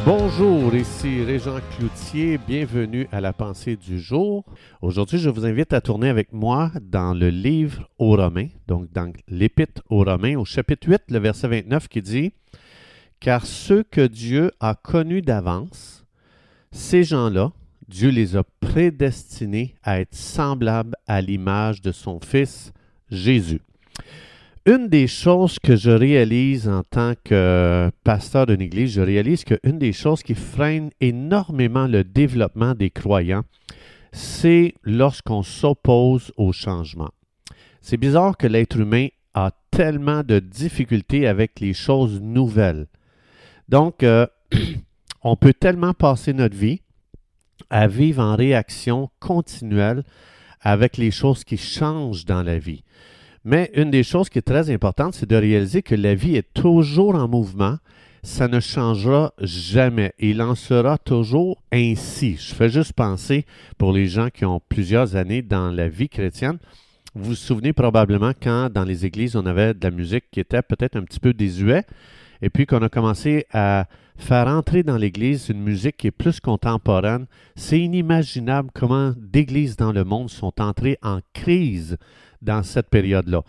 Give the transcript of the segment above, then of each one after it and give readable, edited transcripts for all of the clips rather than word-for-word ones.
Bonjour, ici Régent Cloutier, bienvenue à la pensée du jour. Aujourd'hui, je vous invite à tourner avec moi dans le livre aux Romains, donc dans l'Épître aux Romains, au chapitre 8, le verset 29 qui dit « Car ceux que Dieu a connus d'avance, ces gens-là, Dieu les a prédestinés à être semblables à l'image de son Fils Jésus. » Une des choses que je réalise en tant que pasteur d'une église, je réalise qu'une des choses qui freine énormément le développement des croyants, c'est lorsqu'on s'oppose au changement. C'est bizarre que l'être humain a tellement de difficultés avec les choses nouvelles. Donc, on peut tellement passer notre vie à vivre en réaction continuelle avec les choses qui changent dans la vie. Mais une des choses qui est très importante, c'est de réaliser que la vie est toujours en mouvement. Ça ne changera jamais. Il en sera toujours ainsi. Je fais juste penser, pour les gens qui ont plusieurs années dans la vie chrétienne, vous vous souvenez probablement quand dans les églises, on avait de la musique qui était peut-être un petit peu désuet, et puis qu'on a commencé à faire entrer dans l'église une musique qui est plus contemporaine. C'est inimaginable comment d'églises dans le monde sont entrées en crise dans cette période-là.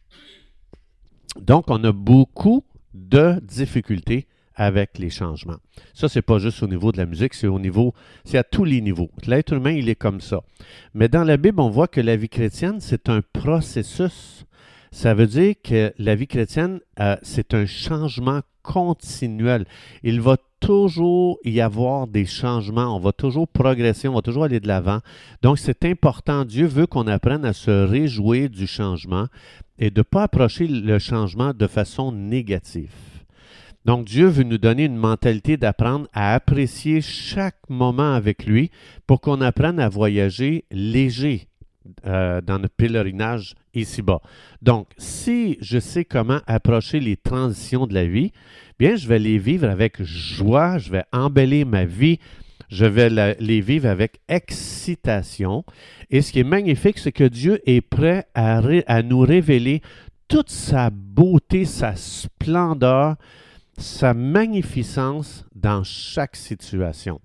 Donc, on a beaucoup de difficultés avec les changements. Ça, c'est pas juste au niveau de la musique, c'est à tous les niveaux. L'être humain, il est comme ça. Mais dans la Bible, on voit que la vie chrétienne, c'est un processus. Ça veut dire que la vie chrétienne, c'est un changement continuel. Il va toujours y avoir des changements, on va toujours progresser, on va toujours aller de l'avant. Donc, c'est important. Dieu veut qu'on apprenne à se réjouir du changement et de ne pas approcher le changement de façon négative. Donc, Dieu veut nous donner une mentalité d'apprendre à apprécier chaque moment avec lui pour qu'on apprenne à voyager léger dans notre pèlerinage ici-bas. Donc, si je sais comment approcher les transitions de la vie, bien, je vais les vivre avec joie, je vais embellir ma vie, je vais les vivre avec excitation. Et ce qui est magnifique, c'est que Dieu est prêt à nous révéler toute sa beauté, sa splendeur, sa magnificence dans chaque situation.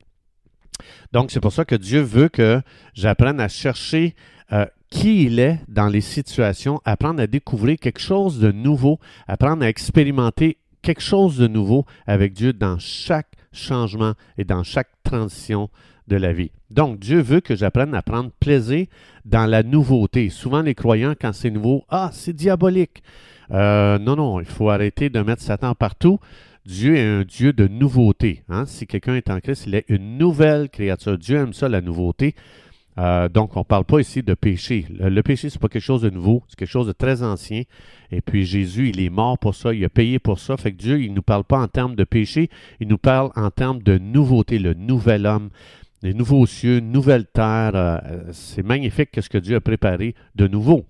Donc, c'est pour ça que Dieu veut que j'apprenne à chercher qui il est dans les situations, apprendre à découvrir quelque chose de nouveau, apprendre à expérimenter quelque chose de nouveau avec Dieu dans chaque changement et dans chaque transition de la vie. Donc, Dieu veut que j'apprenne à prendre plaisir dans la nouveauté. Souvent, les croyants, quand c'est nouveau, « Ah, c'est diabolique! » Non, il faut arrêter de mettre Satan partout. Dieu est un Dieu de nouveauté. Hein? Si quelqu'un est en Christ, il est une nouvelle créature. Dieu aime ça, la nouveauté. Donc, on ne parle pas ici de péché. Le péché, ce n'est pas quelque chose de nouveau, c'est quelque chose de très ancien. Et puis, Jésus, il est mort pour ça, il a payé pour ça. Fait que Dieu, il ne nous parle pas en termes de péché, il nous parle en termes de nouveauté, le nouvel homme, les nouveaux cieux, nouvelle terre. C'est magnifique ce que Dieu a préparé de nouveau.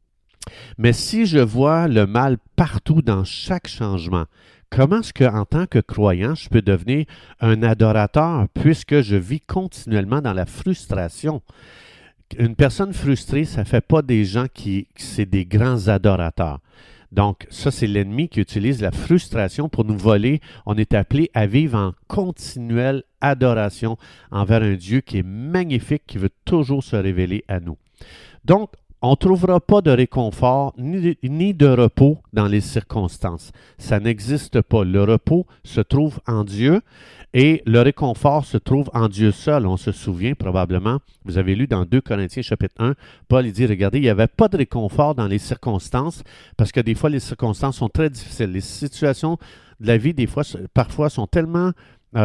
Mais si je vois le mal partout dans chaque changement, comment est-ce qu'en tant que croyant, je peux devenir un adorateur puisque je vis continuellement dans la frustration? Une personne frustrée, ça ne fait pas des gens c'est des grands adorateurs. Donc, ça, c'est l'ennemi qui utilise la frustration pour nous voler. On est appelé à vivre en continuelle adoration envers un Dieu qui est magnifique, qui veut toujours se révéler à nous. Donc, on ne trouvera pas de réconfort ni de repos dans les circonstances. Ça n'existe pas. Le repos se trouve en Dieu et le réconfort se trouve en Dieu seul. On se souvient probablement, vous avez lu dans 2 Corinthiens chapitre 1, Paul il dit, regardez, il n'y avait pas de réconfort dans les circonstances parce que des fois les circonstances sont très difficiles. Les situations de la vie, parfois sont tellement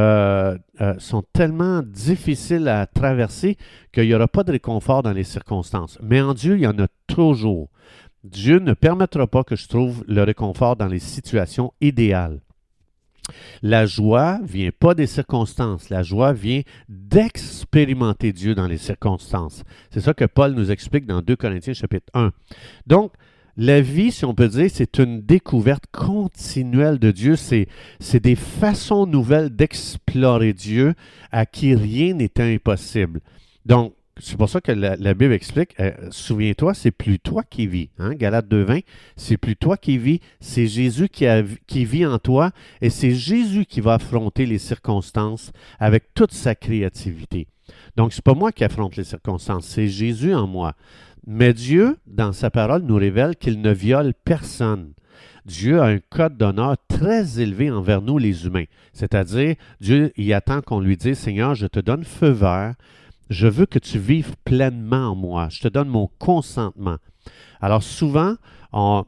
difficiles à traverser qu'il n'y aura pas de réconfort dans les circonstances. Mais en Dieu, il y en a toujours. Dieu ne permettra pas que je trouve le réconfort dans les situations idéales. La joie ne vient pas des circonstances. La joie vient d'expérimenter Dieu dans les circonstances. C'est ça que Paul nous explique dans 2 Corinthiens chapitre 1. Donc, la vie, si on peut dire, c'est une découverte continuelle de Dieu. C'est des façons nouvelles d'explorer Dieu à qui rien n'est impossible. Donc, c'est pour ça que la Bible explique, souviens-toi, c'est plus toi qui vis. Hein? Galates 2,20, c'est plus toi qui vis, c'est Jésus qui vit en toi et c'est Jésus qui va affronter les circonstances avec toute sa créativité. Donc, c'est pas moi qui affronte les circonstances, c'est Jésus en moi. Mais Dieu, dans sa parole, nous révèle qu'il ne viole personne. Dieu a un code d'honneur très élevé envers nous, les humains. C'est-à-dire, Dieu, il attend qu'on lui dise, Seigneur, je te donne feu vert, je veux que tu vives pleinement en moi, je te donne mon consentement. Alors souvent, on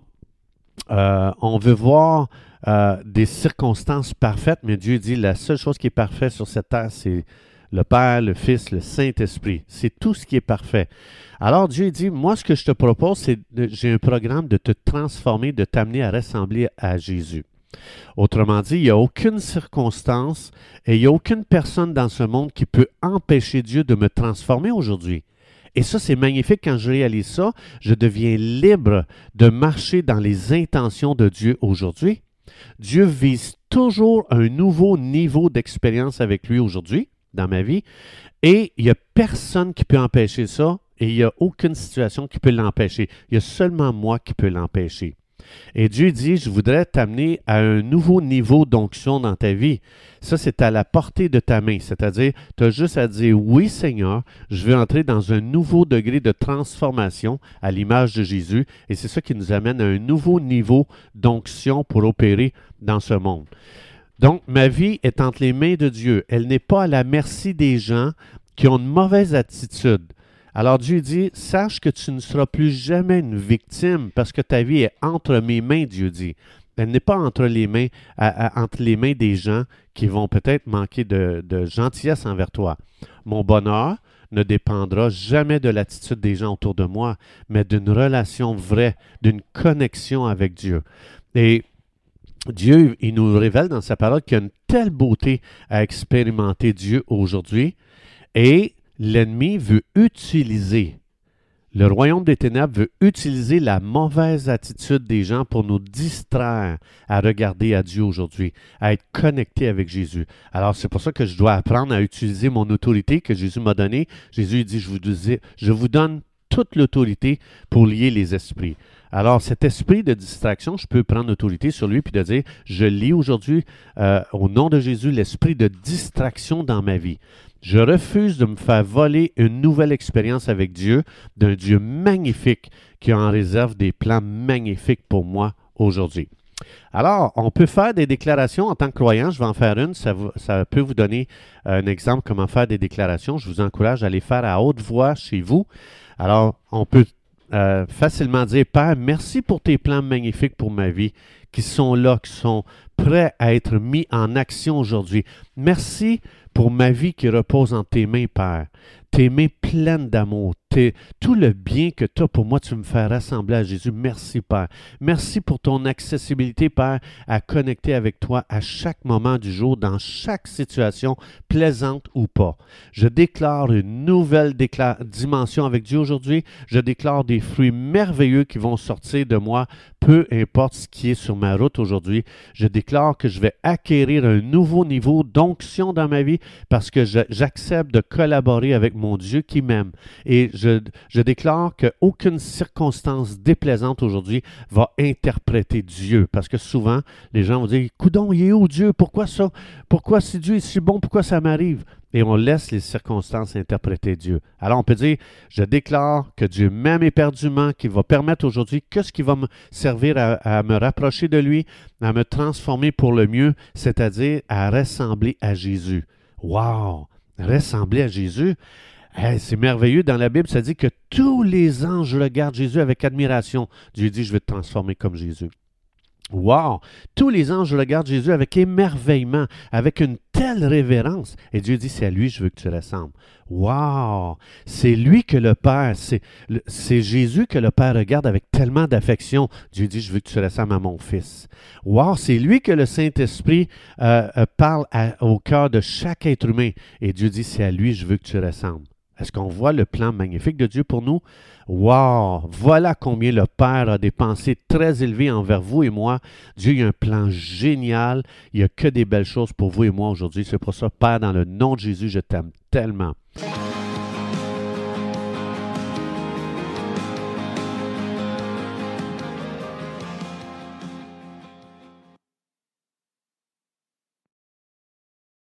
veut voir des circonstances parfaites, mais Dieu dit, la seule chose qui est parfaite sur cette terre, c'est le Père, le Fils, le Saint-Esprit. C'est tout ce qui est parfait. Alors Dieu dit, moi ce que je te propose, j'ai un programme de te transformer, de t'amener à ressembler à Jésus. Autrement dit, il n'y a aucune circonstance et il n'y a aucune personne dans ce monde qui peut empêcher Dieu de me transformer aujourd'hui. Et ça, c'est magnifique quand je réalise ça. Je deviens libre de marcher dans les intentions de Dieu aujourd'hui. Dieu vise toujours un nouveau niveau d'expérience avec lui aujourd'hui, dans ma vie, et il n'y a personne qui peut empêcher ça, et il n'y a aucune situation qui peut l'empêcher. Il y a seulement moi qui peux l'empêcher. Et Dieu dit, je voudrais t'amener à un nouveau niveau d'onction dans ta vie. Ça, c'est à la portée de ta main. C'est-à-dire, tu as juste à dire, oui Seigneur, je veux entrer dans un nouveau degré de transformation à l'image de Jésus. Et c'est ça qui nous amène à un nouveau niveau d'onction pour opérer dans ce monde. Donc, ma vie est entre les mains de Dieu. Elle n'est pas à la merci des gens qui ont une mauvaise attitude. Alors Dieu dit, sache que tu ne seras plus jamais une victime parce que ta vie est entre mes mains, Dieu dit. Elle n'est pas entre les mains des gens qui vont peut-être manquer de gentillesse envers toi. Mon bonheur ne dépendra jamais de l'attitude des gens autour de moi, mais d'une relation vraie, d'une connexion avec Dieu. Et Dieu, il nous révèle dans sa parole qu'il y a une telle beauté à expérimenter Dieu aujourd'hui et l'ennemi veut utiliser, le royaume des ténèbres veut utiliser la mauvaise attitude des gens pour nous distraire à regarder à Dieu aujourd'hui, à être connecté avec Jésus. Alors, c'est pour ça que je dois apprendre à utiliser mon autorité que Jésus m'a donnée. Jésus dit, je vous donne toute l'autorité pour lier les esprits. Alors, cet esprit de distraction, je peux prendre l'autorité sur lui puis de dire, je lis aujourd'hui, au nom de Jésus, l'esprit de distraction dans ma vie. Je refuse de me faire voler une nouvelle expérience avec Dieu, d'un Dieu magnifique qui en réserve des plans magnifiques pour moi aujourd'hui. Alors, on peut faire des déclarations en tant que croyant. Je vais en faire une. Ça peut vous donner un exemple comment faire des déclarations. Je vous encourage à les faire à haute voix chez vous. Alors, on peut facilement dire, Père, merci pour tes plans magnifiques pour ma vie, qui sont là, qui sont prêts à être mis en action aujourd'hui. Merci pour ma vie qui repose en tes mains, Père. Tes mains pleines d'amour. Tout le bien que tu as pour moi, tu me fais rassembler à Jésus. Merci, Père. Merci pour ton accessibilité, Père, à connecter avec toi à chaque moment du jour, dans chaque situation, plaisante ou pas. Je déclare une nouvelle dimension avec Dieu aujourd'hui. Je déclare des fruits merveilleux qui vont sortir de moi, peu importe ce qui est sur ma route aujourd'hui. Je déclare que je vais acquérir un nouveau niveau d'onction dans ma vie parce que j'accepte de collaborer avec mon Dieu qui m'aime. Et je déclare qu'aucune circonstance déplaisante aujourd'hui va interpréter Dieu. Parce que souvent, les gens vont dire, coudonc, il est où Dieu? Pourquoi ça? Pourquoi si Dieu est si bon? Pourquoi ça m'arrive? Et on laisse les circonstances interpréter Dieu. Alors on peut dire, je déclare que Dieu m'aime éperdument, qu'il va permettre aujourd'hui que ce qui va me servir à me rapprocher de lui, à me transformer pour le mieux, c'est-à-dire à ressembler à Jésus. Wow! Ressembler à Jésus. Hey, c'est merveilleux. Dans la Bible, ça dit que tous les anges regardent Jésus avec admiration. Dieu dit, je vais te transformer comme Jésus. Wow! Tous les anges regardent Jésus avec émerveillement, avec une telle révérence. Et Dieu dit, c'est à lui, je veux que tu ressembles. Wow! C'est lui que le Père, c'est Jésus que le Père regarde avec tellement d'affection. Dieu dit, je veux que tu ressembles à mon Fils. Wow! C'est lui que le Saint-Esprit parle au cœur de chaque être humain. Et Dieu dit, c'est à lui, je veux que tu ressembles. Est-ce qu'on voit le plan magnifique de Dieu pour nous? Wow! Voilà combien le Père a des pensées très élevées envers vous et moi. Dieu, il a un plan génial. Il n'y a que des belles choses pour vous et moi aujourd'hui. C'est pour ça, Père, dans le nom de Jésus, je t'aime tellement.